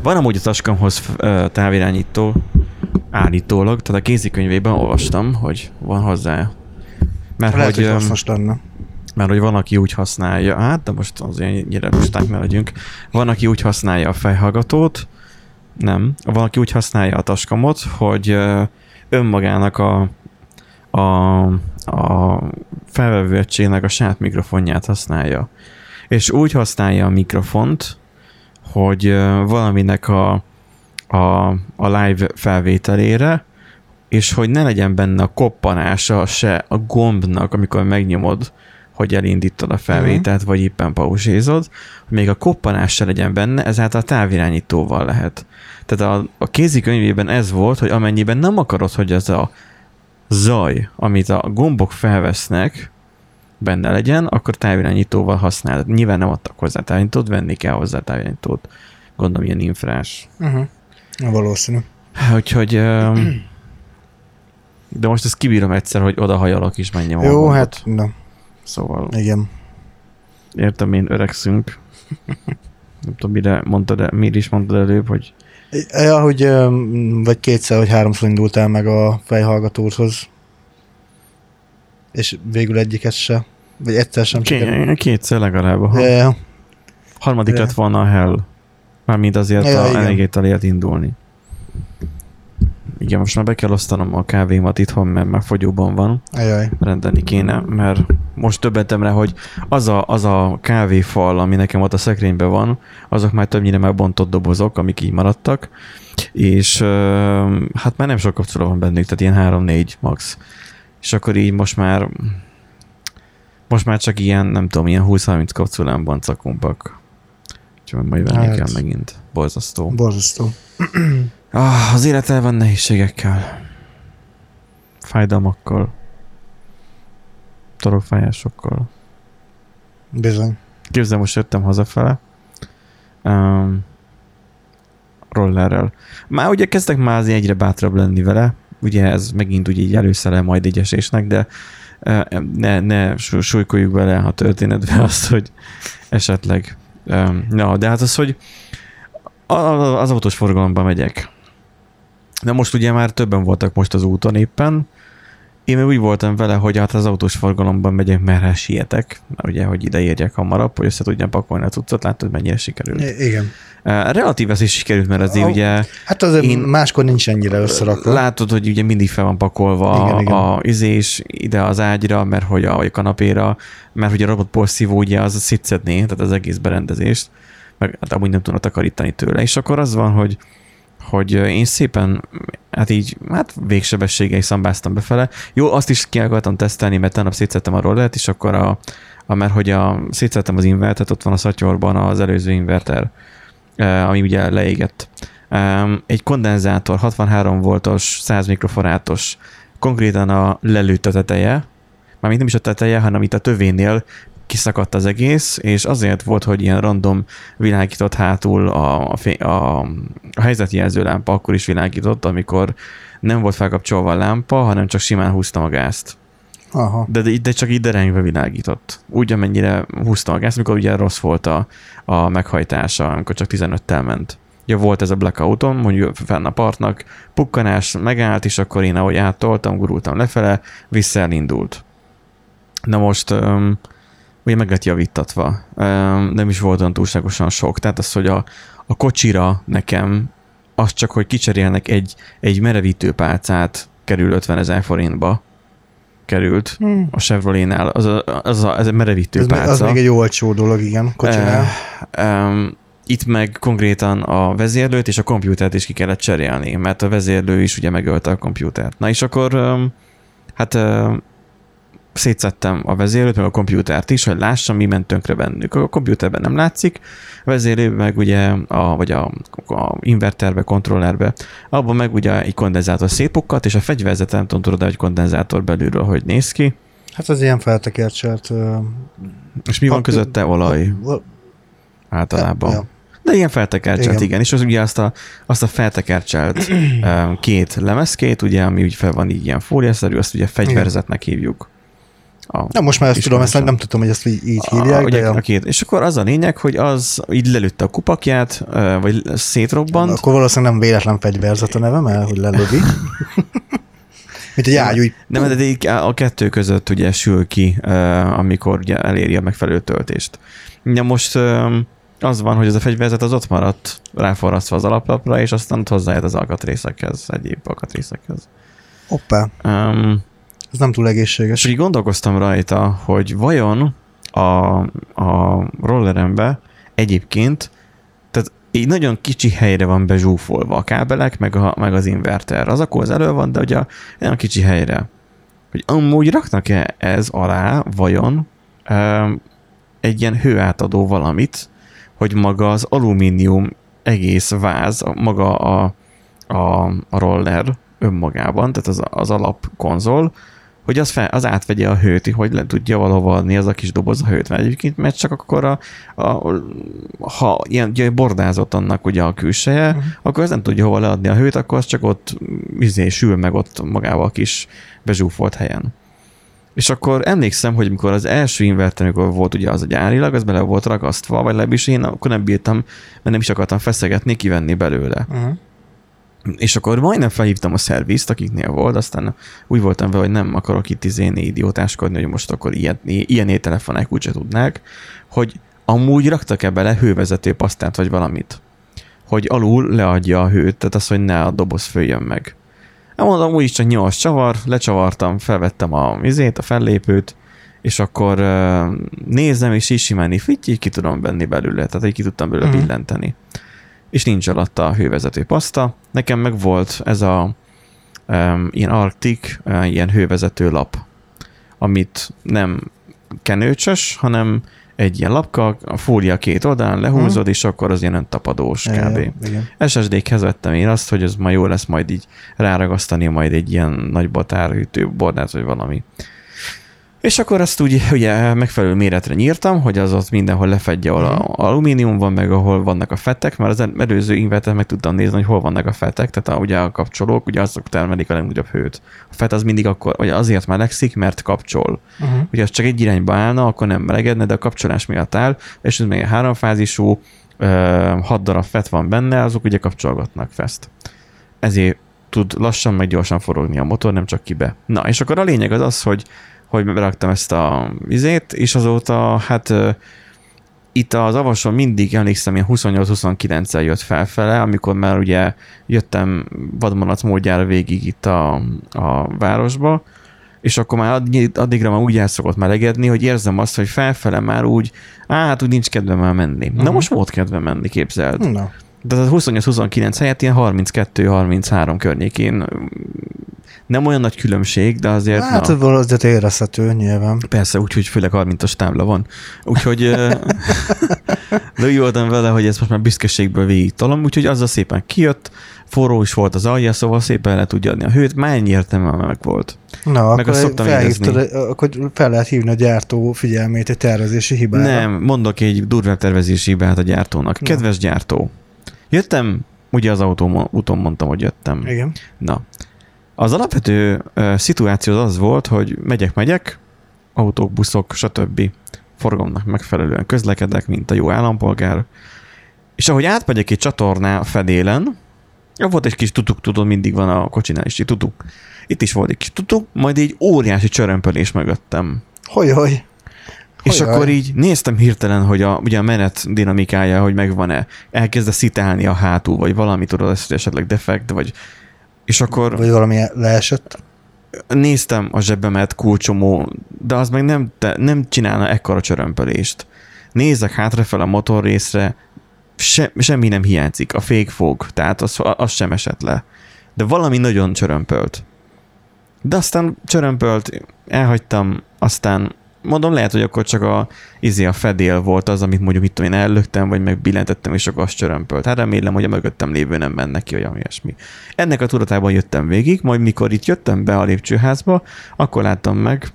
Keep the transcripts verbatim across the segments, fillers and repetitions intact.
Van amúgy a taskamhoz távirányító állítólag, tehát a kézikönyvében olvastam, hogy van hozzá. Mert Lehet, hogy, hogy hasznos lenne. Mert hogy van, aki úgy használja, hát de most azért ennyire lusták ne legyünk, van, aki úgy használja a fejhallgatót, nem, van, aki úgy használja a taskamot, hogy önmagának a, a, a felvevő egységnek a saját mikrofonját használja. És úgy használja a mikrofont, hogy valaminek a, a, a live felvételére, és hogy ne legyen benne a koppanása se a gombnak, amikor megnyomod, hogy elindítod a felvételt, vagy éppen pausézod, hogy még a koppanás se legyen benne, ezáltal távirányítóval lehet. Tehát a, a kézikönyvében ez volt, hogy amennyiben nem akarod, hogy ez a zaj, amit a gombok felvesznek, benne legyen, akkor távirányítóval használod. Nyilván nem adtak hozzá távirányítót, venni kell hozzá távirányítót. Gondolom, ilyen infrás. Uh-huh. Valószínű. Úgyhogy de most ezt kibírom egyszer, hogy odahajolok is menjem. Jó, gombot. Hát nem. Szóval. Igen. Értem, én öregszünk. Nem tudom, mire mondtad, miért is mondtad előbb, hogy... Ja, hogy vagy kétszer, vagy háromszor indultál meg a fejhallgatóhoz. És végül egyiket se. Vagy egyszer sem Ké- Kétszer legalább. Ja, ja. Harmadik ja. lett volna a hell. Mármint azért ja, a elégétel ért indulni. Igen, most már be kell osztanom a kávémat itthon, mert már fogyóban van. Ajaj. Rendelni kéne, mert most többentem rá, hogy az a, az a kávéfal, ami nekem ott a szekrényben van, azok már többnyire már bontott dobozok, amik így maradtak, és hát már nem sok kapcsolat van bennük, tehát ilyen három-négy max. És akkor így most már most már csak ilyen, nem tudom, ilyen húsz-harminc kapcsolánban cakumpak. Úgyhogy majd venni hát, kell megint. Borzasztó. Borzasztó. Ah, az élet el van nehézségekkel. Fájdalmakkal. Torokfájásokkal. Bizony. Képzel, most jöttem hazafele. Um, rollerrel. Már ugye kezdek már azért egyre bátrabb lenni vele. Ugye ez megint úgy így előszele majd egy esésnek, de uh, ne, ne súlykoljuk bele a történetbe azt, hogy esetleg um, na, de hát az, hogy az autós forgalomban megyek. De most ugye már többen voltak most az úton éppen. Én még úgy voltam vele, hogy hát az autós forgalomban megyek, mert hát sietek. Ugye, hogy ide érjek hamarabb, hogy össze tudjam pakolni a cuccot. Látod, mennyire sikerült. I- igen. Relatív ez is sikerült, mert azért a, ugye... Hát azért én, máskor nincs ennyire összerakva. Látod, hogy ugye mindig fel van pakolva igen, a, igen. a izés ide az ágyra, mert hogy a, a kanapéra, mert hogy a robotporszívó ugye az szétszedné, tehát az egész berendezést, meg hát amúgy nem tudna takarítani tőle. És akkor az van, hogy hogy én szépen, hát így, hát végsebességgel szambáztam befele. Jó, azt is ki akartam tesztelni, mert tegnap szétszettem a rollert, és akkor a, a mert hogy a, szétszettem az invertert, ott van a szatyorban az előző inverter, ami ugye leégett. Egy kondenzátor, hatvanhárom voltos, száz mikrofarátos, konkrétan a lelőtt a teteje, mármint nem is a teteje, hanem itt a tövénél kiszakadt az egész, és azért volt, hogy ilyen random világított hátul a, a, a, a helyzetjelző lámpa akkor is világított, amikor nem volt felkapcsolva a lámpa, hanem csak simán húzta a gázt. Aha. De, de, de csak így derengve világított. Úgy, amennyire húzta a gázt, amikor ugye rossz volt a, a meghajtása, amikor csak tizenöttel ment. Ja, volt ez a blackouton, mondjuk fenn a partnak, pukkanás megállt, és akkor én ahogy áttoltam, gurultam lefele, vissza elindult. Na most... Um, ugye meg lett javítatva. Nem is volt olyan túlságosan sok. Tehát az, hogy a, a kocsira nekem az csak, hogy kicserélnek egy, egy merevítőpálcát kerül ötvenezer forintba. Került hmm. a Chevrolet-nál. Az a, az a, ez a merevítőpálca. Az, az még egy olcsó dolog, igen, kocsinál. Um, itt meg konkrétan a vezérlőt és a kompjútert is ki kellett cserélni, mert a vezérlő is ugye megölte a kompjútert. Na és akkor um, hát um, szétszettem a vezérlőt, meg a kompjútert is, hogy lássam, mi ment tönkre bennük. A kompjúterben nem látszik, a vezérlőben meg ugye, a, vagy a, a inverterbe, kontrollerbe, abban meg ugye egy kondenzátor szétpukkadt, és a fegyverzet nem tudom, tudod, hogy kondenzátor belülről hogy néz ki. Hát az ilyen feltekercselt. Uh, és mi van közötte? Olaj. Általában. Ja. De ilyen feltekercselt, igen. igen. És az ugye azt a, azt a feltekercselt két lemezkét, ugye, ami úgy fel van így ilyen fóliaszerű, azt ugye fegyverzetnek hívjuk. A Na most már ezt tudom, ezt nem tudtam, hogy ezt így, így hívják. A, ugye, de a két, és akkor az a lényeg, hogy az így lelőtte a kupakját, vagy szétrobbant. Akkor valószínűleg nem véletlen fegyverzet a neve, mert hogy lelövi. Mint egy ágyú. Nem, de így a kettő között ugye sül ki, amikor ugye eléri a megfelelő töltést. Ja, most az van, hogy ez a fegyverzet az ott maradt ráforrasztva az alaplapra, és aztán hozzájött az alkatrészekhez, egyéb alkatrészekhez. Hoppá. Um, ez nem túl egészséges. És így gondolkoztam rajta, hogy vajon a, a rollerembe egyébként, tehát így nagyon kicsi helyre van bezsúfolva a kábelek, meg, a, meg az inverter. Az akkor az elő van, de ugye olyan kicsi helyre. Hogy amúgy raknak-e ez alá, vajon um, egy ilyen hőátadó valamit, hogy maga az alumínium egész váz, maga a, a, a roller önmagában, tehát az, az alapkonzol, hogy az, fel, az átvegye a hőt, hogy le tudja valahova adni az a kis doboz a hőt, mert egyébként, mert csak akkor a, a, ha ilyen ugye, bordázott annak ugye a külseje, uh-huh. akkor ez nem tudja hova leadni a hőt, akkor az csak ott izé, sül meg ott magával a kis bezsúfolt helyen. És akkor emlékszem, hogy amikor az első inverter, amikor volt ugye az a gyárilag, az bele volt ragasztva, vagy legalábbis én akkor nem bírtam, mert nem is akartam feszegetni, kivenni belőle. Uh-huh. És akkor majdnem felhívtam a szervizt, akiknél volt, aztán úgy voltam vele, hogy nem akarok itt izéni idiótáskodni, hogy most akkor ilyen, ilyen telefonák úgyse tudnák, hogy amúgy raktak-e bele hővezető pasztát, vagy valamit, hogy alul leadja a hőt, tehát az, hogy ne a doboz följön meg. Mondom, úgyis csak nyolc csavar, lecsavartam, felvettem a izét, a fellépőt, és akkor uh, nézem, és így simán így ki tudom venni belőle, tehát így ki tudtam belőle mm. billenteni. És nincs alatta a hővezető paszta. Nekem meg volt ez a um, ilyen Arctic, uh, ilyen hővezető lap, amit nem kenőcsös, hanem egy ilyen lapka, a fólia két oldalán lehúzod, hmm. és akkor az ilyen tapadós kb. Igen. es es dé-hez vettem én azt, hogy ez ma jó lesz majd így ráragasztani majd egy ilyen nagy batárhűtő bordát, vagy valami. És akkor azt úgy ugye megfelelő méretre nyírtam, hogy az ott mindenhol lefedje, ahol hmm. a alumínium van, meg ahol vannak a fetek, mert az előző inverter meg tudtam nézni, hogy hol vannak a fetek, tehát a, ugye a kapcsolók, ugye azok termelik a legnagyobb hőt. A fet az mindig akkor, vagy azért melegszik, mert kapcsol. Uh-huh. Ugye az csak egy irányba állna, akkor nem melegedne, de a kapcsolás miatt áll, és ez még egy háromfázisú, hat darab fet van benne, azok ugye kapcsolgatnak fest. Ezért tud lassan meg gyorsan forogni a motor, nem csak kibe. Na, és akkor a lényeg az az, hogy hogy beraktam ezt a vizét, és azóta, hát uh, itt az avason mindig, emlékszem, ilyen huszonnyolc-huszonkilenccel jött felfele, amikor már ugye jöttem vadmalac módjára végig itt a, a városba, és akkor már addigra már úgy el szokott melegedni, hogy érzem azt, hogy felfele már úgy, á, hát úgy nincs kedvem már menni. Uh-huh. Na most volt kedvem menni, képzeld. No. De az huszonnyolc-huszonkilenc helyett ilyen harminckettő-harminchárom környékén nem olyan nagy különbség, de azért... Hát na, azért érezhető nyilván. Persze, úgyhogy főleg harmincas tábla van. Úgyhogy de úgy voltam vele, hogy ezt most már büszkeségből végig tolom, úgyhogy azzal szépen kijött, forró is volt az alja, szóval szépen le tudja adni a hőt, már ennyi értelme meg volt. Na, meg akkor, akkor fel lehet hívni a gyártó figyelmét egy tervezési hibára. Nem, mondok egy durvább tervezési hibát a gyártónak. Kedves na. gyártó, jöttem, ugye az autó úton mondtam, hogy jöttem. Igen. Na, az alapvető uh, szituáció az volt, hogy megyek-megyek, autók, buszok, stb. Forgalomnak megfelelően közlekedek, mint a jó állampolgár, és ahogy átmegyek egy csatorná fedélen, volt egy kis tutuk, tudod, mindig van a kocsinál is egy tutuk. Itt is volt egy kis tutuk, majd egy óriási csörömpölés mögöttem. Hogy-hogy. És Hogyan. Akkor így néztem hirtelen, hogy a, ugye a menet dinamikája, hogy megvan-e, elkezd szitálni a hátul, vagy valami, tudod, ez esetleg defekt, vagy és akkor... Vagy valami leesett. Néztem a zsebemet, kulcsomó, de az meg nem, nem csinálna ekkora csörömpölést. Nézzek hátrafel a motorrészre, se, semmi nem hiányzik, a fékfog, tehát az, az sem esett le. De valami nagyon csörömpölt. De aztán csörömpölt, elhagytam, aztán mondom, lehet, hogy akkor csak a, izé a fedél volt az, amit mondjuk, mit tudom én, ellöktem, vagy megbillentettem, és akkor az csörömpölt. Hát remélem, hogy a mögöttem lévő nem menne ki, olyan ilyesmi. Ennek a tudatában jöttem végig, majd mikor itt jöttem be a lépcsőházba, akkor láttam meg,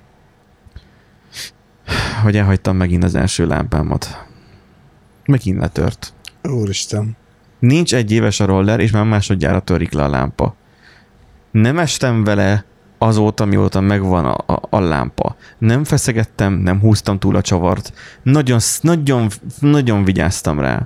hogy elhagytam megint az első lámpámat. Megint letört. Úristen. Nincs egy éves a roller, és már másodjára törik le a lámpa. Nem estem vele azóta, mióta megvan a, a, a lámpa. Nem feszegettem, nem húztam túl a csavart. Nagyon, nagyon, nagyon vigyáztam rá.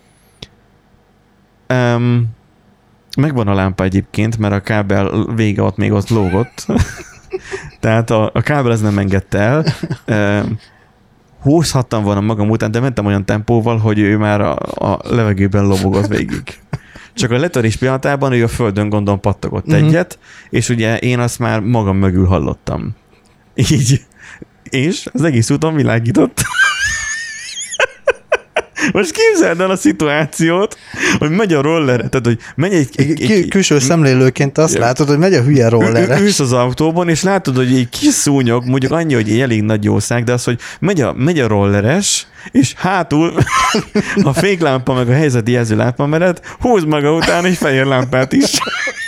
Um, megvan a lámpa egyébként, mert a kábel vége ott még ott lógott. Tehát a, a kábel ez nem engedte el. Um, húzhattam volna magam után, de mentem olyan tempóval, hogy ő már a, a levegőben lobogott végig. Csak a letörés pillanatában ő a földön gondolom pattogott uh-huh. egyet, és ugye én azt már magam mögül hallottam. Így. És az egész úton világított. Most képzeld el a szituációt, hogy megy a roller, tehát hogy megy egy... egy, egy Külső szemlélőként azt látod, hogy megy a hülye rolleres. Ülsz az autóban, és látod, hogy egy kis szúnyog, mondjuk annyi, hogy egy elég nagy jószág, de az, hogy megy a, megy a rolleres, és hátul a féklámpa meg a helyzeti jelzőlámpa mellett húz maga után egy fehér lámpát is.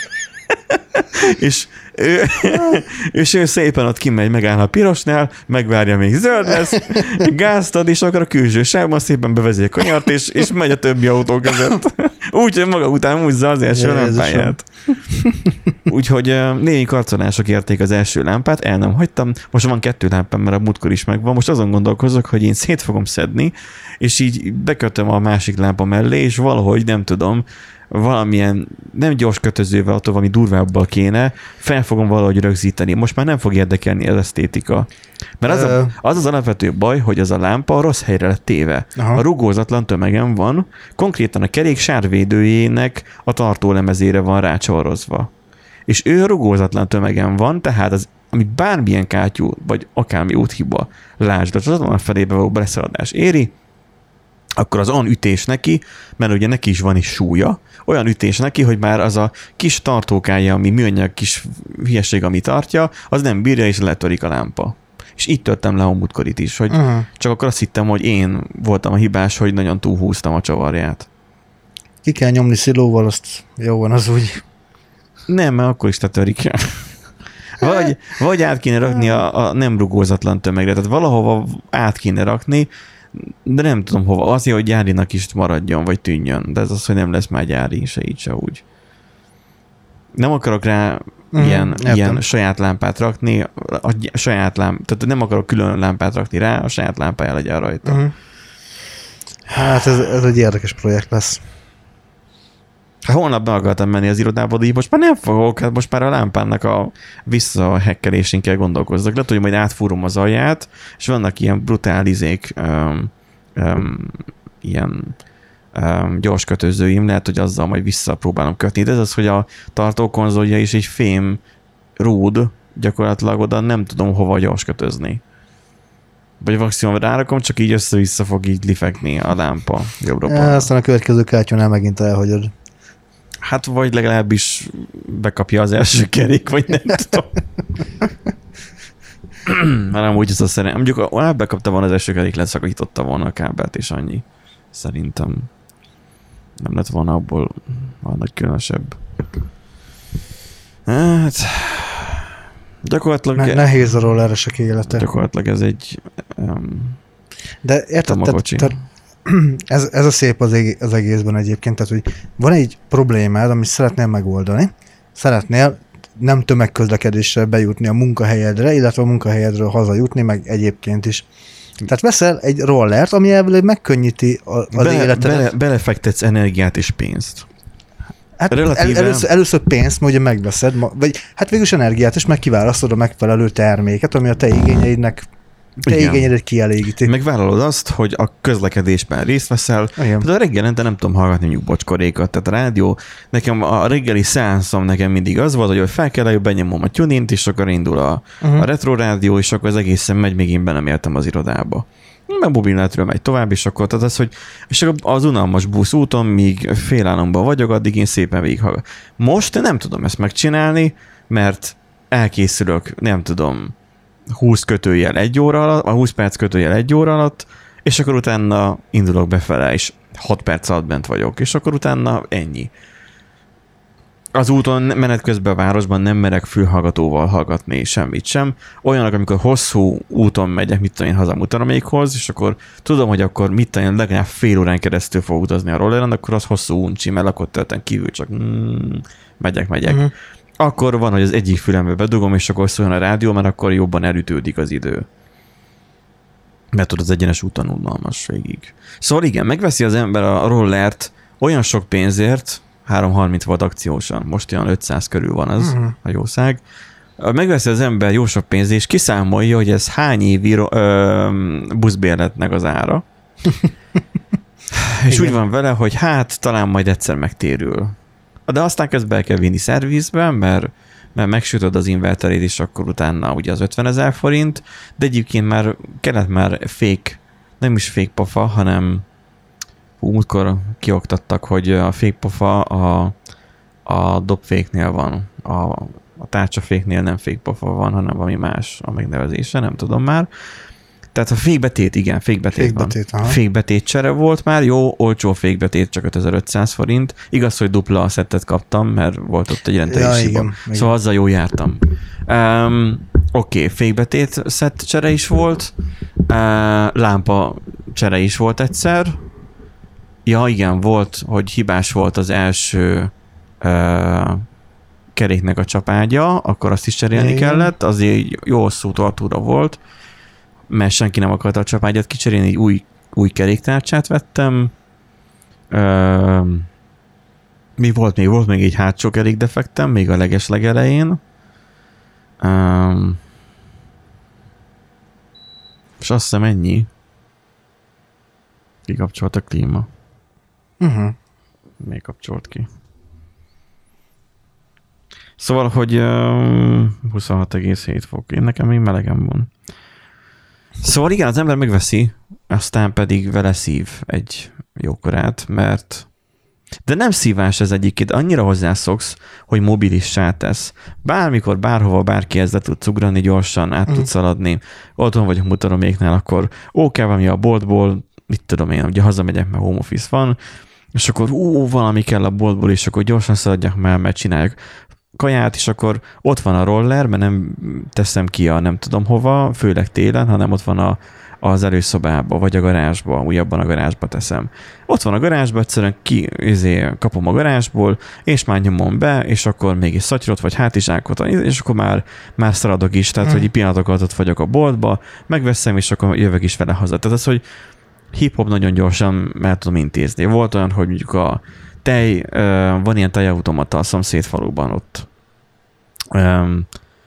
és ő, és ő szépen ott kimegy, megáll a pirosnál, megvárja, még zöld lesz, gázt ad, és akkor a külső sávban szépen bevezeti a kanyart, és, és megy a többi autó között. Úgyhogy maga után húzza az első lámpáját. Úgyhogy némi karcolások érték az első lámpát, el nem hagytam. Most van kettő lámpám, mert a múltkor is megvan. Most azon gondolkozok, hogy én szét fogom szedni, és így bekötöm a másik lámpa mellé, és valahogy nem tudom, valamilyen nem gyors kötözővel, attól valami durvábbal kéne, fel fogom valahogy rögzíteni. Most már nem fog érdekelni az esztétika. Mert az, a, az az alapvető baj, hogy az a lámpa rossz helyre lett téve. Aha. A rugózatlan tömegem van, konkrétan a kerék sárvédőjének a tartólemezére van rácsavarozva. És ő a rugózatlan tömegem van, tehát az, ami bármilyen kátyú, vagy akármi úthiba, lásd, az azon a felébe való beleszaladás éri, akkor az olyan ütés neki, mert ugye neki is van is súlya, olyan ütés neki, hogy már az a kis tartókája, ami műanyag kis hülyeség, ami tartja, az nem bírja, és letörik a lámpa. És így törtem le a múltkorit is, hogy uh-huh. csak akkor azt hittem, hogy én voltam a hibás, hogy nagyon túlhúztam a csavarját. Ki kell nyomni szilóval, azt jó van, az úgy. Nem, mert akkor is letörik. Vagy, vagy át kéne rakni a, a nem rugózatlan tömegre, tehát valahova át kéne rakni, de nem tudom hova. Azért, hogy gyárinak is maradjon, vagy tűnjön. De ez az, hogy nem lesz már gyári, se így, se úgy. Nem akarok rá mm, ilyen, ilyen saját lámpát rakni, a saját lám, tehát nem akarok külön lámpát rakni rá, a saját lámpája legyen rajta. Mm. Hát ez, ez egy érdekes projekt lesz. Hát holnap be akartam menni az irodába, de így most már nem fogok, hát most már a lámpának a visszahekkelésén kell gondolkozzak. Lehet, hogy majd átfúrom az alját, és vannak ilyen brutál izék, um, um, ilyen um, gyors kötözőim, lehet, hogy azzal majd visszapróbálom kötni. De ez az, hogy a tartókonzolja is egy fém rúd, gyakorlatilag oda nem tudom hova gyors kötözni. Vagy maximum rárakom, csak így össze-vissza fog így lifegni a lámpa jobbra. Aztán a következő kártyánál megint elhagyod. Hát vagy legalábbis bekapja az első kerék, vagy nem tudom. Már amúgy ez a szerint. Mondjuk, ha bekapta volna az első kerék, leszakította volna a kábelt, és annyi. Szerintem nem lett volna abból valami különösebb. Hát... Gyakorlatilag... Ne, nehéz a rolleresek élete. Gyakorlatilag ez egy... Um, De érted, tehát, ez, ez a szép az, eg- az egészben egyébként, tehát, hogy van egy problémád, amit szeretnél megoldani, szeretnél nem tömegközlekedéssel bejutni a munkahelyedre, illetve a munkahelyedről hazajutni, meg egyébként is. Tehát veszel egy rollert, ami elvileg megkönnyíti a, az bele, életedet. Bele, belefektetsz energiát és pénzt. Hát el, először, először pénzt, ugye megveszed, vagy hát végülis energiát, és meg kiválasztod a megfelelő terméket, ami a te igényeidnek te igényedet kielégíti. Megvállalod azt, hogy a közlekedésben részt veszel. Tehát a reggelente nem tudom hallgatni mondjuk bocskorékat. Tehát a rádió, nekem a reggeli szeánszom nekem mindig az volt, hogy fel kell, hogy benyomom a tunint, és akkor indul a, uh-huh. a retro rádió, és akkor az egészen megy, még én be nem értem az irodába. Meg mobilnetről megy tovább, és akkor tehát az, hogy és akkor az unalmas busz úton, míg félálomban vagyok, addig én szépen végighallgatom. Most nem tudom ezt megcsinálni, mert elkészülök, nem tudom, húsz kötőjel egy óra alatt, a húsz perc kötőjel egy óra alatt, és akkor utána indulok befele, és hat perc alatt bent vagyok, és akkor utána ennyi. Az úton menet közben a városban nem merek fülhallgatóval hallgatni semmit sem. Olyanok, amikor hosszú úton megyek, mit tudom én, hazamutanomékhoz, és akkor tudom, hogy akkor mit tudom én, legalább fél órán keresztül fog utazni a rolleren, akkor az hosszú uncsi, mert lakott tölten kívül csak mm, megyek, megyek. Uh-huh. akkor van, hogy az egyik fülembe bedugom, és akkor szóljon a rádió, mert akkor jobban elütődik az idő. Mert tudod, az egyenes úton unalmas végig. Szóval igen, megveszi az ember a rollert olyan sok pénzért, három harminc volt akciósan, most olyan ötszáz körül van az uh-huh. a jószág. Megveszi az ember jó sok pénzért, és kiszámolja, hogy ez hány évi ö, buszbérletnek az ára. És igen. Úgy van vele, hogy hát talán majd egyszer megtérül. De aztán közben el kell vinni szervizbe, mert, mert megsütöd az inverterét, és akkor utána ugye az ötvenezer forint, de egyébként már kellett már fake, nem is fake pofa, hanem hú, múltkor kioktattak, hogy a fake pofa a, a dobféknél van, a, a tárcsaféknél nem fake pofa van, hanem valami más a megnevezése, nem tudom már. Tehát a fékbetét, igen, fékbetét, fékbetét van. Fékbetét csere volt már, jó, olcsó fékbetét, csak ötezer-ötszáz forint. Igaz, hogy dupla szettet kaptam, mert volt ott egy rendelés hiba. Ja, szóval igen. Azzal jó jártam. Um, Oké, okay, fékbetét szett csere is volt, uh, lámpa csere is volt egyszer. Ja, igen, volt, hogy hibás volt az első uh, keréknek a csapágya, akkor azt is cserélni igen. kellett, azért jó hosszú tartóra volt, mert senki nem akarta a csapágyat kicserélni, egy új, új keréktárcsát vettem. Ö, mi volt még? Volt még egy hátsó kerékdefektem, még a legeslegelején. Ö, és azt hiszem ennyi. Kikapcsolt a klíma. Uh-huh. Még kapcsolt ki. Szóval, hogy uh, huszonhat egész hét fok. Én nekem még melegem van. Szóval igen, az ember megveszi, aztán pedig vele szív egy jókorát, mert de nem szívás ez egyébként, annyira hozzászoksz, hogy mobilissá tesz. Bármikor, bárhova, bárki ezzel tudsz ugrani, gyorsan át mm. tudsz szaladni. Otthon vagyok mutaroméknál, akkor ó, kell valami a boltból, mit tudom én, ugye hazamegyek, mert home office van, és akkor ú, valami kell a boltból, és akkor gyorsan szaladjak már, mert csináljuk kaját, és akkor ott van a roller, mert nem teszem ki a nem tudom hova, főleg télen, hanem ott van a, az előszobába, vagy a garázsba, újabban a garázsba teszem. Ott van a garázsba, egyszerűen ki, izé, kapom a garázsból, és már nyomom be, és akkor még egy szatyrot, vagy hátizsákot, és akkor már, már szaladok is, tehát, mm. hogy pillanatokat ott vagyok a boltba, megveszem, és akkor jövök is vele haza. Tehát az, hogy hip-hop nagyon gyorsan el tudom intézni. Volt olyan, hogy mondjuk a tej, van ilyen tejautomata a szomszéd faluban ott. Um,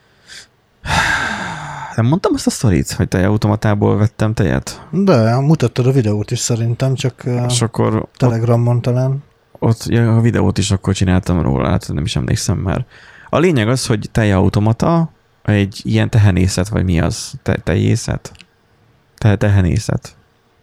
nem mondtam azt a sztorit, hogy tejautomatából vettem tejet? De, mutattad a videót is szerintem, csak és akkor Telegramon talán. Ott ja, a videót is akkor csináltam róla, hát nem is emlékszem már. A lényeg az, hogy tejautomata, egy ilyen tehenészet, vagy mi az? Te, tejészet? Te, tehenészet.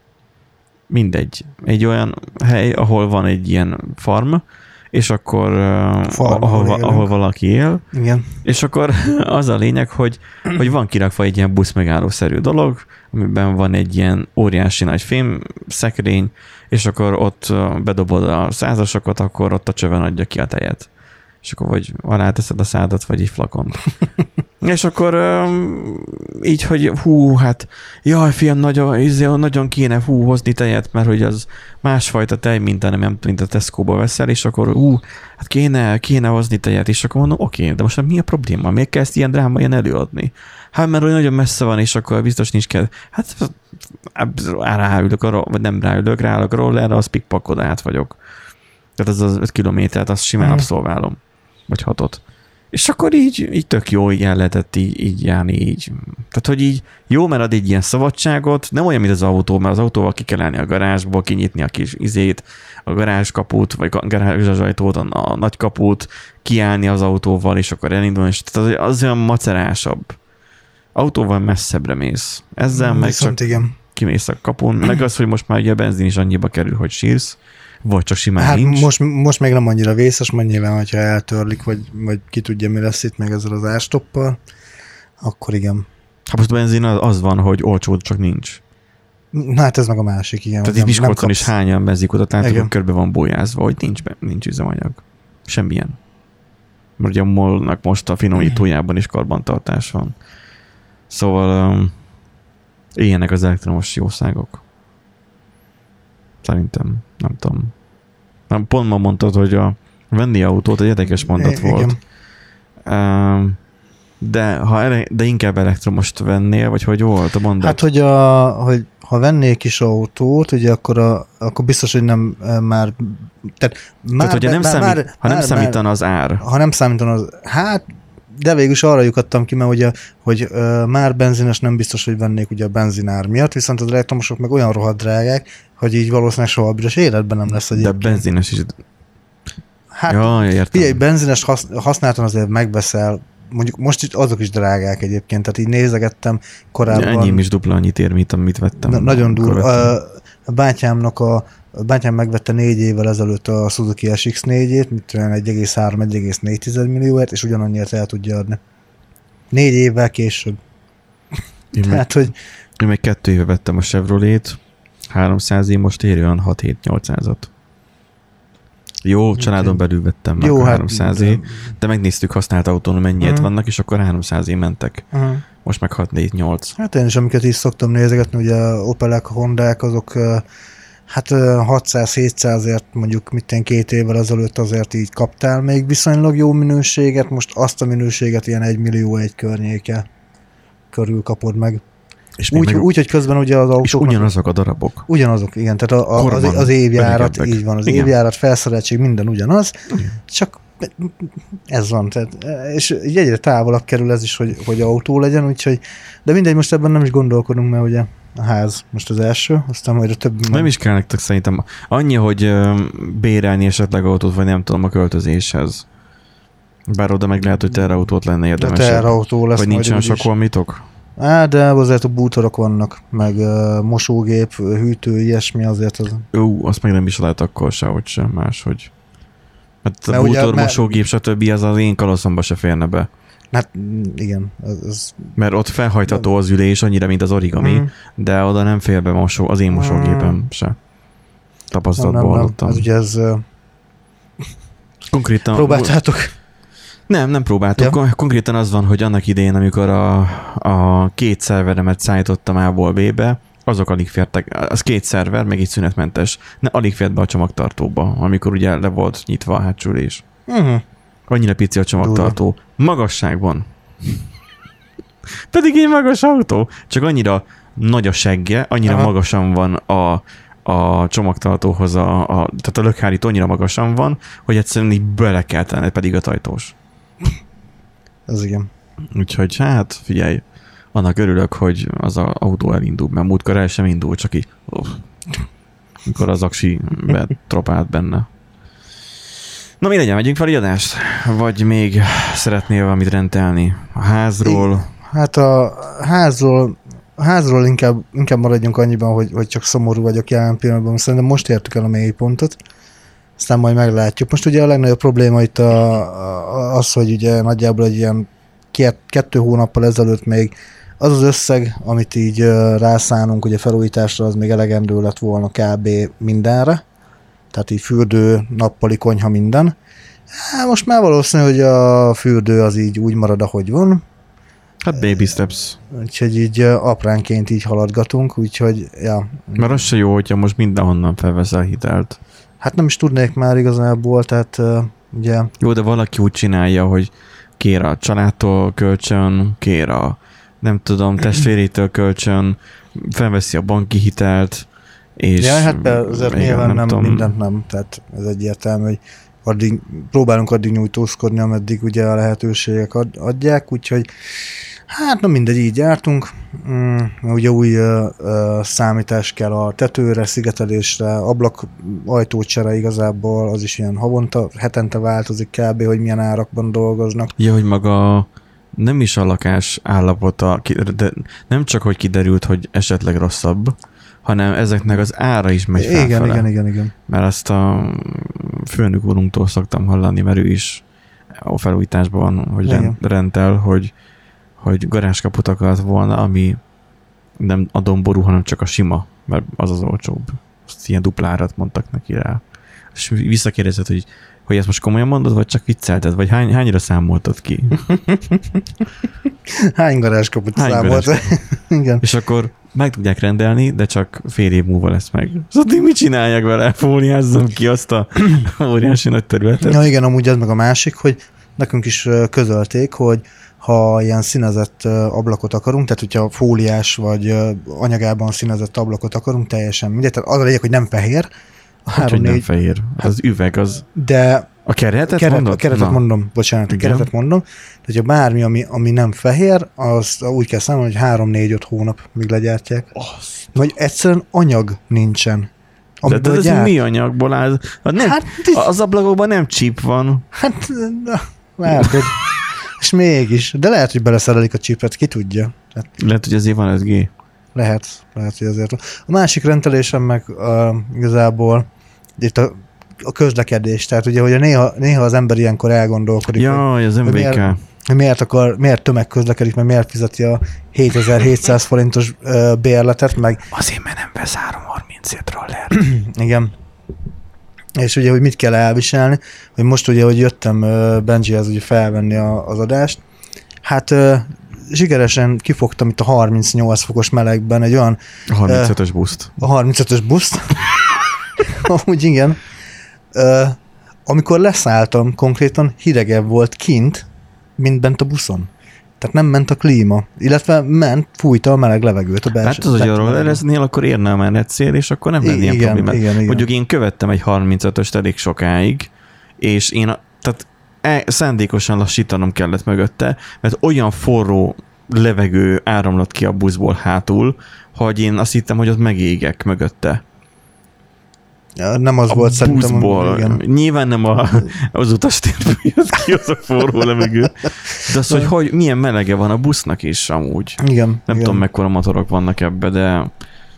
Mindegy. Egy olyan hely, ahol van egy ilyen farm, és akkor farm, ahol, ahol valaki él, igen. És akkor az a lényeg, hogy, hogy van kirakva egy ilyen buszmegállószerű dolog, amiben van egy ilyen óriási nagy fém szekrény, és akkor ott bedobod a százasokat, akkor ott a csöven adja ki a tejet. És akkor vagy alá teszed a szádat, vagy egy flakont. És akkor um, így, hogy hú, hát jaj, fiam, nagyon, nagyon kéne hú, hozni tejet, mert hogy az másfajta tej, mint a, nem, mint a Tesco-ba veszel, és akkor hú, hát kéne, kéne hozni tejet, és akkor mondom, oké, okay, de most mi a probléma? Miért kell ezt ilyen dráma ilyen előadni? Hát mert hogy nagyon messze van, és akkor biztos nincs kell. Hát ráülök, vagy nem ráülök, ráállok a rollerre, az pikpakod át vagyok. Tehát az az öt kilométert, azt simán mm. abszolválom. Vagy hatot. És akkor így, így tök jó, így el lehetett így, így járni így. Tehát, hogy így jó, mert ad egy ilyen szabadságot, nem olyan, mint az autó, mert az autóval ki kell állni a garázsból, kinyitni a kis izét, a garázskaput, vagy a garázsajtót, a, a nagy kaput, kiállni az autóval, és akkor elindulni, és tehát az olyan macerásabb. Autóval messzebbre mész. Ezzel meg Viszont csak igen. kimész a kapun. Meg az, hogy most már ugye a benzin is annyiba kerül, hogy sírsz. Vagy csak simán hát nincs. Most, most még nem annyira vészes, majd nyilván, hogyha eltörlik, vagy, vagy ki tudja, mi lesz itt meg ezzel az ástoppal, akkor igen. Hát most a benzin az, az van, hogy olcsó, csak nincs. Na hát ez meg a másik, igen. Tehát itt Miskolcon is hányan benzikutat látok, hogy körbe van bójázva, hogy nincs, nincs üzemanyag. Semmilyen. Mert ugye a MOL-nak most a finomítójában is karbantartás van. Szóval um, ilyenek az elektromos jószágok. Szerintem, nem tudom. Pont ma mondtad, hogy a venni autót, egy érdekes mondat é, volt. De, ha ele, de inkább elektromost vennél, vagy hogy volt a mondat? Hát, hogy, a, hogy ha vennék is autót, ugye akkor, a, akkor biztos, hogy nem már... Tehát, már, tehát ugye nem már, számít, már, ha nem már, számítan az ár. Ha nem számítan az... Hát, de végül is arra lyukadtam ki, mert ugye, hogy uh, már benzines nem biztos, hogy vennék ugye a benzinár miatt, viszont az elektromosok meg olyan rohadt drágák, hogy így valószínűleg soha büdös életben nem lesz egyébként. De benzines is... Hát, ja, figyelj, benzines hasz, használtan azért megbeszel, mondjuk most itt azok is drágák egyébként, tehát így nézegettem korábban. Enyém is dupla annyit ér, mint amit vettem. Na, nagyon durva. A, a bátyámnak a, a bátyám megvette négy évvel ezelőtt a Suzuki es iksz négyét, mint olyan egy egész három - egy egész négy millióért, és ugyanannyiért el tudja adni. Négy évvel később. Én Tehát, meg, hogy... Én meg kettő éve vettem a Chevrolet, háromszáz év, most ér olyan hat hét nyolcszázat. Jó, családon belül vettem meg a háromszáz év, de megnéztük használt autón, mennyiért uh-huh. vannak, és akkor háromszáz év mentek. Uh-huh. Most meg hat négy nyolc. Hát én is, amiket is szoktam nézegetni, ugye a Opelek, a Hondák, azok hát hatszáz hétszázért mondjuk mitten két évvel ezelőtt azért így kaptál még viszonylag jó minőséget, most azt a minőséget ilyen egy millió egy környéke körül kapod meg. És úgy, meg, úgy, hogy közben ugye az autók... És ugyanazok a darabok. Ugyanazok, igen. Tehát a, a, az, az évjárat, öregebbek. Így van, az igen. Évjárat, felszereltség, minden ugyanaz, igen. Csak ez van. Tehát, és egyre távolabb kerül ez is, hogy, hogy autó legyen, úgyhogy, de mindegy, most ebben nem is gondolkodunk, mert ugye a ház most az első, aztán majd a többi... Nem, nem is kell nektek szerintem. Annyi, hogy bérelni esetleg autót, vagy nem tudom, a költözéshez. Bár oda meg lehet, hogy terrautót lenne érdemes. De terrautó lesz. Vagy nincsen sok valamitok? Á, de azért a bútorok vannak, meg uh, mosógép, hűtő, ilyesmi azért az... Ó, azt meg nem is lehet akkor sehogy sem, máshogy. Mert a bútor, ugye, mosógép, mert... stb. Az az én kaloszomba se férne be. Hát igen. Az... Mert ott felhajtható az ülés annyira, mint az origami, mm. de oda nem fér be mosó, az én mosógépem mm. se. Tapasztalatból hallottam. Ez ugye ez... Uh... Konkrétan... Próbáltátok? Nem, nem próbáltuk. Ja. Konkrétan az van, hogy annak idején, amikor a, a két szerveremet szállítottam A-ból B-be, azok alig fértek, az két szerver, meg egy szünetmentes, ne, alig fért be a csomagtartóba, amikor ugye le volt nyitva a hátsülés. Uh-huh. Annyira pici a csomagtartó. Durva. Magasságban. Pedig egy magas autó, csak annyira nagy a segge, annyira aha. magasan van a, a csomagtartóhoz, a, a, tehát a lökhárító annyira magasan van, hogy egyszerűen így bele kell tenni, pedig a ajtós. Ez igen. Úgyhogy hát figyelj, annak örülök, hogy az a autó elindul, mert múltkor el sem indul, csak így, oh, mikor az aksi betropált benne. Na mi legyen, megyünk fel egy adást? Vagy még szeretnél valamit rendelni? A házról? É, hát a házról, a házról inkább, inkább maradjunk annyiban, hogy, hogy csak szomorú vagyok jelen pillanatban. Szerintem most értük el a mélypontot. Aztán majd meglátjuk. Most ugye a legnagyobb probléma itt a, a, az, hogy ugye nagyjából egy ilyen két, kettő hónappal ezelőtt még az az összeg, amit így rászánunk ugye felújításra, az még elegendő lett volna kb. Mindenre. Tehát így fürdő, nappali, konyha, minden. Hát most már valószínű, hogy a fürdő az így úgy marad, ahogy van. Hát baby steps. Úgyhogy így apránként így haladgatunk, úgyhogy ja. Mert az se jó, hogyha most mindenhonnan felveszel hitelt. Hát nem is tudnék már igazából, tehát uh, ugye... Jó, de valaki úgy csinálja, hogy kér a családtól kölcsön, kér a nem tudom, testvérétől kölcsön, felveszi a banki hitelt, és... Ja, hát azért igen, nyilván nem, nem mindent nem, tehát ez egyértelmű, hogy addig, próbálunk addig nyújtózkodni, ameddig ugye a lehetőségek ad, adják, úgyhogy hát na mindegy, így jártunk. Mm, ugye új uh, uh, számítás kell a tetőre, szigetelésre, ablak ajtócsere igazából, az is ilyen havonta, hetente változik kb., hogy milyen árakban dolgoznak. Ja, hogy maga nem is a lakás állapota, de nem csak, hogy kiderült, hogy esetleg rosszabb, hanem ezeknek az ára is megy felfele. Igen, igen, igen, igen. Mert azt a főnök úrunktól szoktam hallani, mert ő is a felújításban, hogy igen. rendel, hogy hogy garázskaput akart volna, ami nem a domború, hanem csak a sima, mert az az olcsóbb. Azt ilyen duplárat mondtak neki rá. És visszakérdezett, hogy, hogy ezt most komolyan mondod, vagy csak viccelted, vagy hány, hányra számoltad ki? Hány garázskaput számolt? Igen. És akkor meg tudják rendelni, de csak fél év múlva lesz meg. Szóval mit csinálják vele? Fóliázzam ki azt a óriási nagy területet. Ja, igen, amúgy az meg a másik, hogy nekünk is közölték, hogy ha ilyen színezett ablakot akarunk, tehát hogyha fóliás vagy anyagában színezett ablakot akarunk, teljesen mindegy, tehát az a lényeg, hogy nem fehér. A három, hogy négy, nem fehér, hát, az üveg az... De a keretet keret, mondod? A keretet Na. mondom, bocsánat, a Igen. keretet mondom. Tehát, hogyha bármi, ami, ami nem fehér, az úgy kell számolni, hogy három négy öt hónap míg legyártják. Azt. Vagy egyszerűen anyag nincsen. De ez gyárt... mi anyagból áll? Hát nem, hát, az ablakokban nem chip van. Hát, lehet, hogy... És mégis. De lehet, hogy beleszerelik a chipet, ki tudja. Hát, lehet, hogy ezért van öt G. Lehet, lehet, hogy ezért van. A másik rendelésem meg uh, igazából itt a, a közlekedés. Tehát ugye, hogy néha, néha az ember ilyenkor elgondolkodik. Jaj, az em vé ká. Miért, miért, akar, miért tömegközlekedik, mert miért fizeti a hétezer-hétszáz forintos uh, bérletet, meg... Azért, mert nem vesz háromszázharmincért rollert. Igen. És ugye, hogy mit kell elviselni, hogy most ugye, hogy jöttem uh, Benjihez ugye felvenni a, az adást, hát uh, zsigeresen kifogtam itt a harmincnyolc fokos melegben egy olyan... A harmincötös uh, buszt. A harmincötös buszt. Amúgy igen. Uh, amikor leszálltam, konkrétan hidegebb volt kint, mint bent a buszon. Tehát nem ment a klíma, illetve ment, fújta a meleg levegőt a belső. Hát az, hogy a rollereznél, akkor érne a menetszél, és akkor nem lenne ilyen problémát. Igen, igen. Mondjuk én követtem egy harmincötöst elég sokáig, és én tehát e, szándékosan lassítanom kellett mögötte, mert olyan forró levegő áramlott ki a buszból hátul, hogy én azt hittem, hogy ott megégek mögötte. Nem az a volt szerintem. Buszból. Igen. Nyilván nem a, az utastérből jött ki az a forró levegő. De az, hogy, hogy milyen melege van a busznak is amúgy. Igen. Nem igen. tudom, mekkora motorok vannak ebbe, de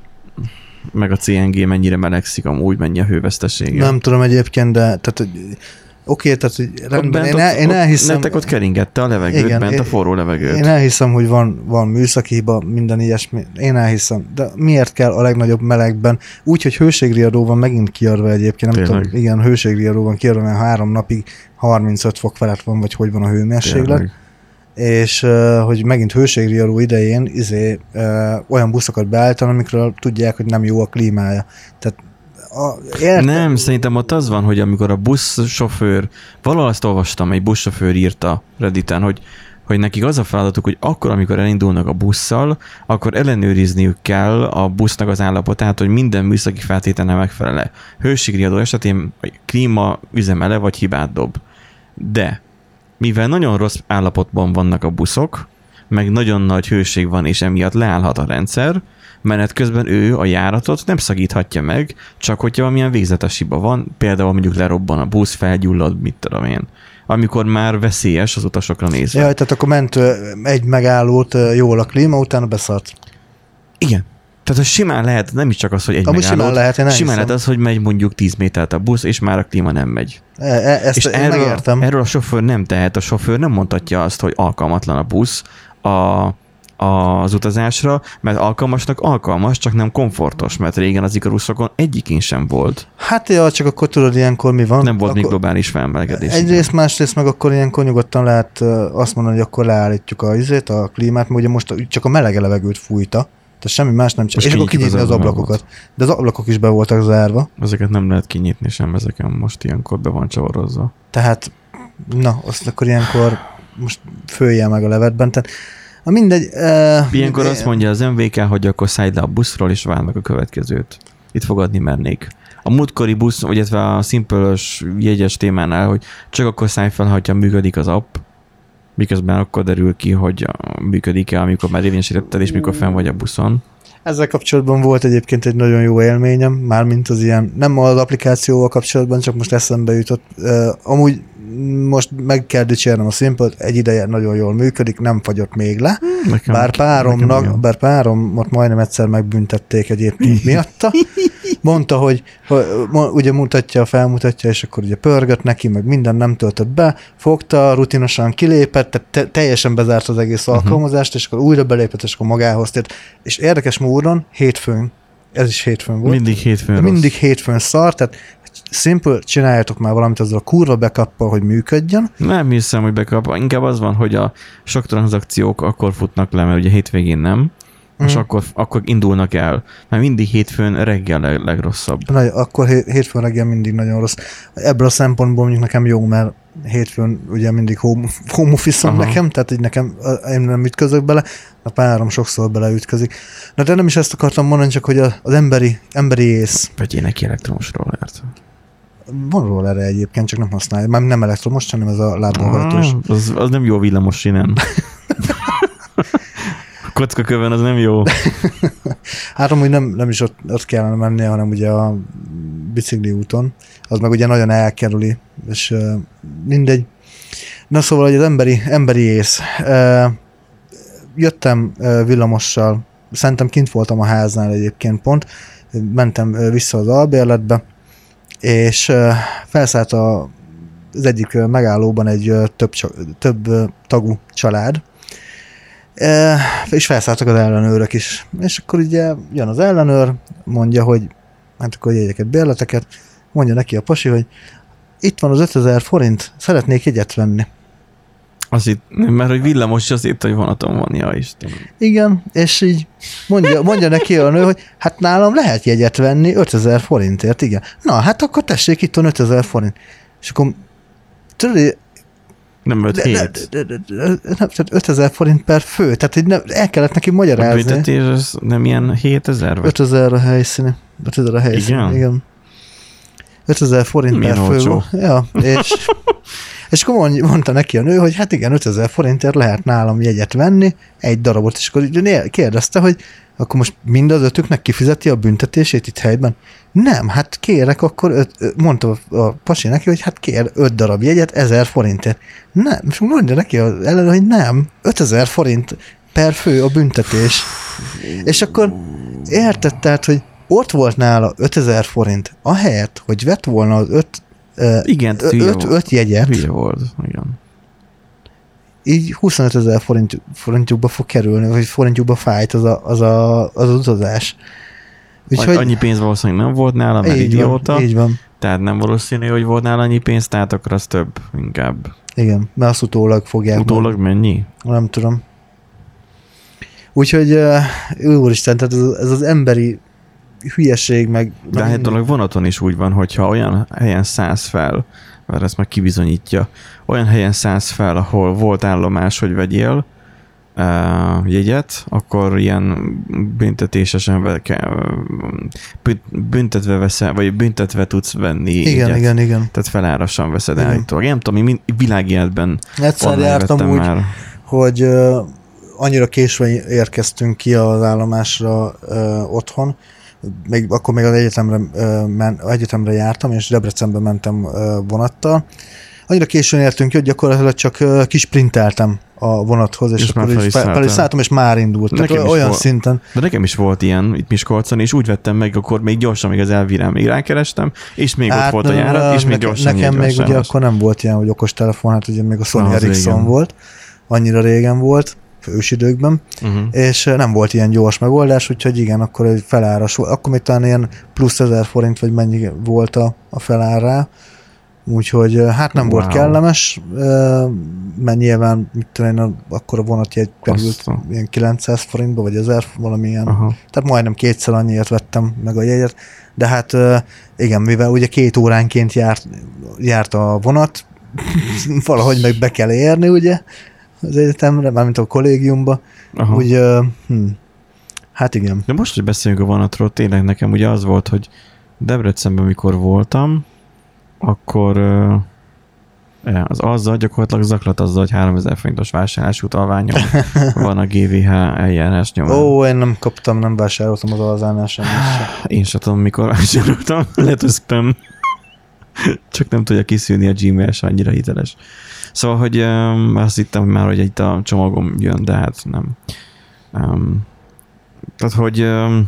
meg a cé en gé mennyire melegszik amúgy, mennyi a hővesztesége. Nem tudom egyébként, de tehát, oké, tehát hogy rendben, én, el, én elhiszem... Nektek ott keringette a levegőt, igen, bent a forró levegőt. Én elhiszem, hogy van, van műszaki hiba, minden ilyesmi. Én elhiszem. De miért kell a legnagyobb melegben? Úgy, hogy hőségriadó van megint kiadva egyébként. Nem tudom, igen, hőségriadó van kiadva, mert három napig harmincöt fok felett van, vagy hogy van a hőmérséklet. Tényleg. És uh, hogy megint hőségriadó idején izé, uh, olyan buszokat beállítanak, amikről tudják, hogy nem jó a klímája. Tehát A, nem, szerintem ott az van, hogy amikor a buszsofőr, valahol azt olvastam, egy buszsofőr írta Redditen, hogy, hogy nekik az a feladatuk, hogy akkor, amikor elindulnak a busszal, akkor ellenőrizniük kell a busznak az állapotát, hogy minden műszaki feltételnek megfelel-e. Hőségriadó esetén klíma üzemele vagy hibát dob. De mivel nagyon rossz állapotban vannak a buszok, meg nagyon nagy hőség van, és emiatt leállhat a rendszer, menet közben ő a járatot nem szakíthatja meg, csak hogyha valamilyen végzetes hiba van, például mondjuk lerobban a busz, felgyullad, mit tudom én. Amikor már veszélyes az utasokra nézve. Jaj, tehát akkor ment egy megállót jól a klíma, utána beszart. Igen. Tehát az simán lehet, nem is csak az, hogy egy Amúgy megállót, simán lehet, én simán lehet az, hogy megy mondjuk tíz métert a busz, és már a klíma nem megy. E, e, ezt és én erről, megértem. Erről a sofőr nem tehet, a sofőr nem mondhatja azt, hogy alkalmatlan a busz a, az utazásra, mert alkalmasnak alkalmas, csak nem komfortos, mert régen az Icaruszokon egyikén sem volt. Hát ja, csak akkor tudod, ilyenkor mi van. Nem volt akkor még globális felmelegedés. Egyrészt, másrészt meg akkor ilyenkor nyugodtan lehet azt mondani, hogy akkor leállítjuk a, izét, a klímát, mert ugye most csak a melege levegőt fújta, tehát semmi más nem csinál. És akkor kinyitni az, az ablakokat. De az ablakok is be voltak zárva. Ezeket nem lehet kinyitni sem, ezeken most ilyenkor be van csavarozva. Tehát, na, azt akkor ilyenkor most följe meg a levetben. Tehát, na mindegy. Uh, ilyenkor azt mondja az em vé ká, hogy akkor szállj le a buszról, és várd meg a következőt. Itt fogadni mernék. A múltkori busz, vagy a Simple-ös jegyes témánál, hogy csak akkor szállj fel, ha működik az app, miközben akkor derül ki, hogy működik-e, amikor már érvényesítetted, és mikor fenn vagy a buszon. Ezzel kapcsolatban volt egyébként egy nagyon jó élményem, mármint az ilyen, nem az applikációval kapcsolatban, csak most eszembe jutott. Uh, amúgy most meg kell dicsérnem a Simple-t, egy ideje nagyon jól működik, nem fagyott még le. Nekem, bár páromnak, bár páromot majdnem egyszer megbüntették egyébként miatta. Mondta, hogy, hogy ugye mutatja, felmutatja, és akkor ugye pörgött neki, meg minden nem töltött be, fogta, rutinosan kilépett, tehát te, teljesen bezárt az egész uh-huh. alkalmazást, és akkor újra belépett, és akkor magához tért. És érdekes módon hétfőn, ez is hétfőn volt. Mindig hétfőn rossz. Mindig hétfőn szar, tehát Simple, csináljátok már valamit azzal a kurva backuppal, hogy működjön. Nem hiszem, hogy backup. Inkább az van, hogy a sok tranzakciók akkor futnak le, mert ugye hétvégén nem, mm. és akkor, akkor indulnak el. Mert mindig hétfőn reggel leg, legrosszabb. Na, akkor hétfőn reggel mindig nagyon rossz. Ebből a szempontból mondjuk nekem jó, mert hétfőn ugye mindig home, home office-om nekem, tehát így nekem én nem ütközök bele, a párom sokszor beleütközik. Na de nem is ezt akartam mondani, csak hogy az emberi, emberi ész. Vegyél neki elektromos rollert. Van rollerre egyébként, csak nem használja. Már nem elektromos, hanem ez a lábon hajtós. Az, az nem jó villamos innen. Kockakövön az nem jó. Hát amúgy nem, nem is ott, ott kellene mennie, hanem ugye a bicikli úton. Az meg ugye nagyon elkerüli, és uh, mindegy. Na szóval, hogy az emberi, emberi ész. Uh, jöttem uh, villamossal, szerintem kint voltam a háznál egyébként pont, mentem uh, vissza az albérletbe, és uh, felszállt a, az egyik uh, megállóban egy uh, több, több uh, tagú család, uh, és felszálltak az ellenőrök is. És akkor ugye jön az ellenőr, mondja, hogy hát akkor jegyeket, bérleteket, mondja neki a pasi, hogy itt van az ötezer forint, szeretnék jegyet venni. Az itt, mert hogy villamos, az itt, hogy vonaton van, ja Istenem. Igen, és így mondja, mondja neki a nő, hogy hát nálam lehet jegyet venni ötezer forintért, igen. Na, hát akkor tessék, itt van ötezer forint. És akkor tudod, nem öt hét. ötezer forint per fő, tehát így nem, el kellett neki magyarázni. A büntetés az nem ilyen hétezer? ötezer a helyszíni. ötezer a helyszíni, igen. igen. ötezer forint milyen per fő. Ja, és... És akkor mondta neki a nő, hogy hát igen, ötezer forintért lehet nálam jegyet venni, egy darabot, és akkor kérdezte, hogy akkor most mind az ötüknek kifizeti a büntetését itt helyben? Nem, hát kérek, akkor öt, mondta a pasi neki, hogy hát kér öt darab jegyet ezer forintért. Nem, és mondja neki az ellenő, hogy nem, ötezer forint per fő a büntetés. És akkor érted, tehát, hogy ott volt nála ötezer forint, ahelyett, hogy vett volna az öt Uh, igen, öt, öt jegyet. Hülye volt, igen. Így huszonötezer forint, forintjukba fog kerülni, vagy forintjukba fájt az a, az, a, az utazás. Úgyhogy... Annyi pénz valószínűleg nem volt nála, mert így idióta. Van, így van. Tehát nem valószínű, hogy volt nála annyi pénz, tehát akkor az több, inkább. Igen, mert azt utólag fogják. Utólag meg. Mennyi? Nem tudom. Úgyhogy uh, úristen, tehát ez, ez az emberi hülyeség, meg... De hát a vonaton is úgy van, hogyha olyan helyen szállsz fel, mert ezt meg kibizonyítja, olyan helyen szállsz fel, ahol volt állomás, hogy vegyél uh, jegyet, akkor ilyen büntetésesen kell, büntetve veszel, vagy büntetve tudsz venni igen, jegyet. Igen, igen, Tehát felárasan veszed állítólag. Nem tudom, én világéletben egyszer jártam úgy, már. hogy uh, annyira késve érkeztünk ki az állomásra uh, otthon, még, akkor még az egyetemre, uh, men, egyetemre jártam, és Debrecenbe mentem uh, vonattal. Annyira későn értünk ki, hogy gyakorlatilag csak uh, kisprinteltem a vonathoz, és, és akkor is fel is szálltam, és már indult. Tehát olyan volt, szinten. De nekem is volt ilyen itt Miskolcon, és úgy vettem meg, akkor még gyorsan még az elvirán még rákerestem, és még hát, ott volt a járat, és még neke, gyorsan Nekem még ugye akkor nem volt ilyen, hogy okostelefon, hát ugye még a Sony Ericsson volt, annyira régen volt, ősidőkben, uh-huh. és nem volt ilyen gyors megoldás, úgyhogy igen, akkor egy feláras volt. Akkor még talán ilyen plusz ezer forint, vagy mennyi volt a, a felárrá. Úgyhogy hát nem wow. volt kellemes, mert nyilván mit tudom, akkor a vonatjegy került ilyen kilencszáz forintba, vagy ezer, valamilyen. Uh-huh. Tehát majdnem kétszer annyiért vettem meg a jegyet. De hát igen, mivel ugye két óránként járt, járt a vonat, valahogy meg be kell érni, ugye, az egyetemre, mármint a kollégiumba. Uh-huh. Úgy, hm, hát igen. De most, hogy beszéljünk a vonatról, tényleg nekem ugye az volt, hogy Debrecenben, mikor voltam, akkor az azzal gyakorlatilag zaklat azzal, hogy háromezer forintos vásárlás utalványom van a gé vé há eljárás nyomán. Ó, én nem kaptam, nem vásároltam az alzánál sem. Én sem tudom, mikor vásároltam. Lehet, hogy spam. Csak nem tudja kiszűrni a Gmail, se annyira hiteles. Szóval, hogy um, azt hittem már, hogy itt a csomagom jön, de hát nem. Um, tehát, hogy um,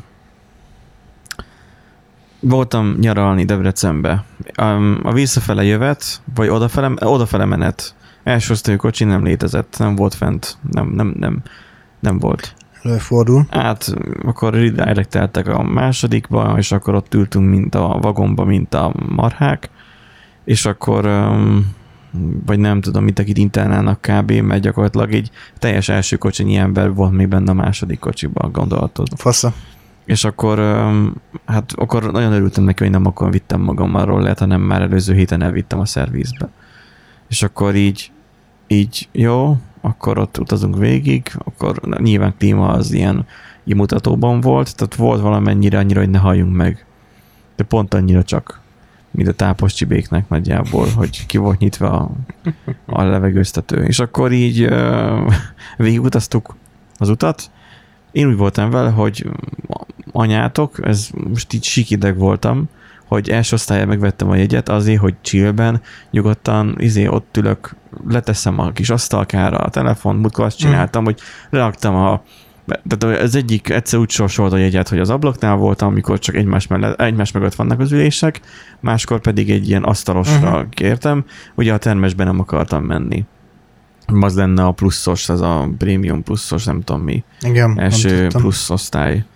voltam nyaralni Debrecenbe. Um, a visszafele jövet, vagy odafele, odafele menet. Első osztályú kocsi nem létezett, nem volt fent, nem, nem, nem, nem volt. Előfordul. Hát akkor redirecteltek a másodikba, és akkor ott ültünk mint a vagomba, mint a marhák, és akkor um, vagy nem tudom, mit akit internálnak kb, mert gyakorlatilag egy teljes első kocsinyi ember volt még benne a második kocsiban, gondolhatod. Fasza. És akkor, hát akkor nagyon örültem neki, hogy nem akkor vittem magammal rollert, hanem már előző héten elvittem a szervizbe. És akkor így, így jó, akkor ott utazunk végig, akkor nyilván klíma az ilyen imutatóban volt, tehát volt valamennyire annyira, hogy ne halljunk meg. De pont annyira csak, mint a tápos csibéknek nagyjából, hogy ki volt nyitva a, a levegőztető. És akkor így uh, végigutaztuk az utat. Én úgy voltam vele, hogy anyátok, ez most így sikideg voltam, hogy első osztályon megvettem a jegyet azért, hogy chillben, nyugodtan izé ott ülök, leteszem a kis asztalkára a telefon, múltkor azt csináltam, mm. hogy leraktam a tehát az egyik egyszer úgy sorsolt a jegyet, hogy az ablaknál voltam, amikor csak egymás, mellett, egymás mögött vannak az ülések, máskor pedig egy ilyen asztalosra uh-huh. kértem, ugye a termesben nem akartam menni. Az lenne a pluszos, ez a prémium pluszos, nem tudom mi. Igen, első plusz osztály.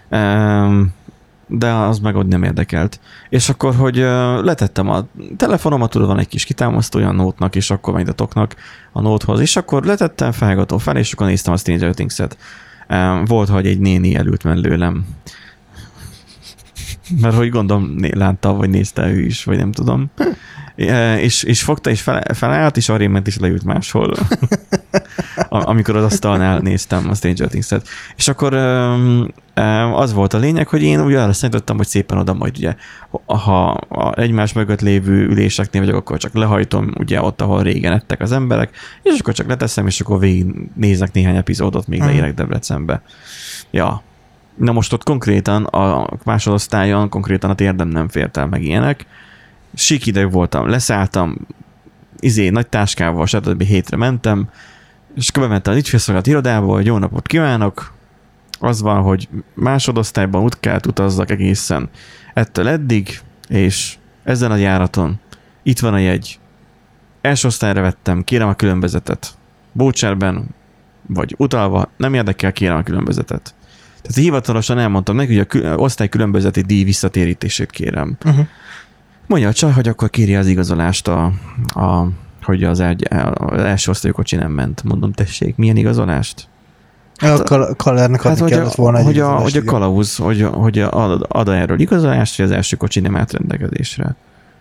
De az meg ott nem érdekelt. És akkor, hogy letettem a telefonomat, tudod, van egy kis kitámasztója a Note-nak, és akkor megnyitotoknak a Note-hoz, és akkor letettem, felhallgató fel, és akkor néztem a Stranger Things-et. Volt, hogy egy néni elült mellőlem. Mert hogy gondolom, látta, vagy nézte ő is, vagy nem tudom. És, és fogta, és fel, felállt, és arrébb ment, és leült máshol. Amikor az asztalnál néztem a Stranger Things-et. És akkor az volt a lényeg, hogy én úgy arra számítottam, hogy szépen oda majd ugye, ha egymás mögött lévő üléseknél vagyok, akkor csak lehajtom ugye ott, ahol régen ettek az emberek, és akkor csak leteszem, és akkor végig nézek néhány epizódot, még leérek Debrecenbe. Ja. Na most ott konkrétan a másodosztályon konkrétan a térdem nem fért el meg ilyenek. Sík ideg voltam, leszálltam, izé, nagy táskával, stb. Hétre mentem, és akkor bementem az ügyfélszolgálat irodába, hogy jó napot kívánok, az van, hogy másodosztályban út kellett utazzak egészen ettől eddig, és ezen a járaton itt van a jegy. Első osztályra vettem, kérem a különbözetet. Bócserben, vagy utalva, nem érdekel, kérem a különbözetet. Tehát hivatalosan elmondtam neki, hogy a osztály különbözeti díj visszatérítését kérem. Uh-huh. Mondja a csaj, hogy akkor kérje az igazolást, a, a, hogy az, egy, az első osztályú kocsi nem ment. Mondom, tessék, milyen igazolást? Hát a kal- Kallernek adni hát, kellett volna egy hogy a, hogy a kalauz, hogy, hogy ad, ad erről igazolást, hogy az első kocsi nem állt rendelkezésre.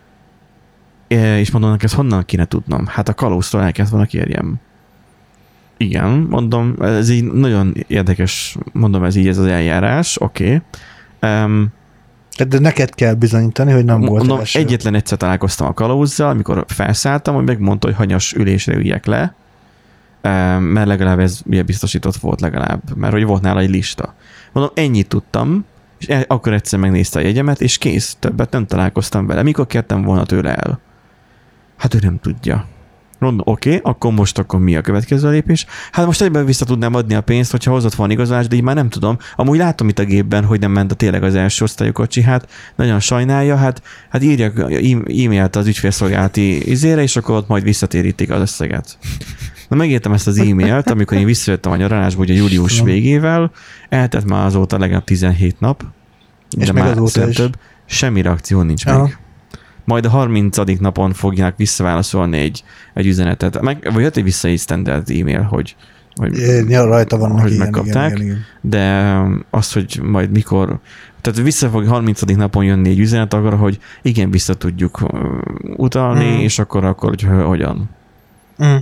É, és mondom, ezt honnan kéne tudnom? Hát a kalauztól el kellett volna kérjem. Igen, mondom, ez így nagyon érdekes, mondom, ez így ez az eljárás, oké. Okay. Um, De neked kell bizonyítani, hogy nem mondom, volt első. Egyetlen egyszer találkoztam a kalauzzal, amikor felszálltam, hogy megmondta, hogy hanyas ülésre üljek le, mert legalább ez ugye biztosított volt legalább, mert hogy volt nála egy lista. Mondom, ennyit tudtam, és akkor egyszer megnézte a jegyemet, és kész, többet nem találkoztam vele. Mikor kértem volna tőle el? Hát ő nem tudja. Mondom, oké, okay, akkor most akkor mi a következő lépés? Hát most egyben vissza tudnám adni a pénzt, hogyha hozott van igazolás, de így már nem tudom. Amúgy látom itt a gépben, hogy nem ment a tényleg az első osztályú kocsi, hát nagyon sajnálja, hát, hát írjak e-mailt az ügyfélszolgálati izére, és akkor ott majd visszatérítik az összeget. Na megértem ezt az e-mailt, amikor én visszajöttem a nyaralásból, ugye július végével, eltett már azóta legalább tizenhét nap, és de meg már több, semmi reakció nincs Aha. meg. Majd a harmincadik napon fogják visszaválaszolni egy, egy üzenetet. Meg, vagy jött egy vissza egy standard e-mail, hogy, hogy, ja, rajta vannak, hogy igen, megkapták, igen, igen, igen. De az, hogy majd mikor, tehát vissza fog harmincadik napon jönni egy üzenet arra, hogy igen, vissza tudjuk utalni, mm. és akkor, akkor hogy hogyan. Mm.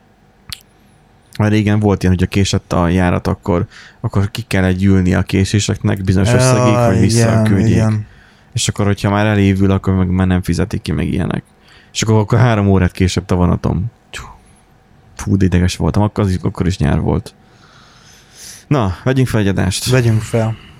Már régen volt ilyen, hogy a késett a járat, akkor, akkor ki kell gyűlni a késéseknek bizonyos ja, összegig, hogy visszaküldjék. És akkor, hogyha már elévül, akkor meg már nem fizetik ki, meg ilyenek. És akkor, akkor három órát később a vonatom. Fú, de ideges voltam, akkor, akkor is nyár volt. Na, vegyünk fel egy adást. Vegyünk fel.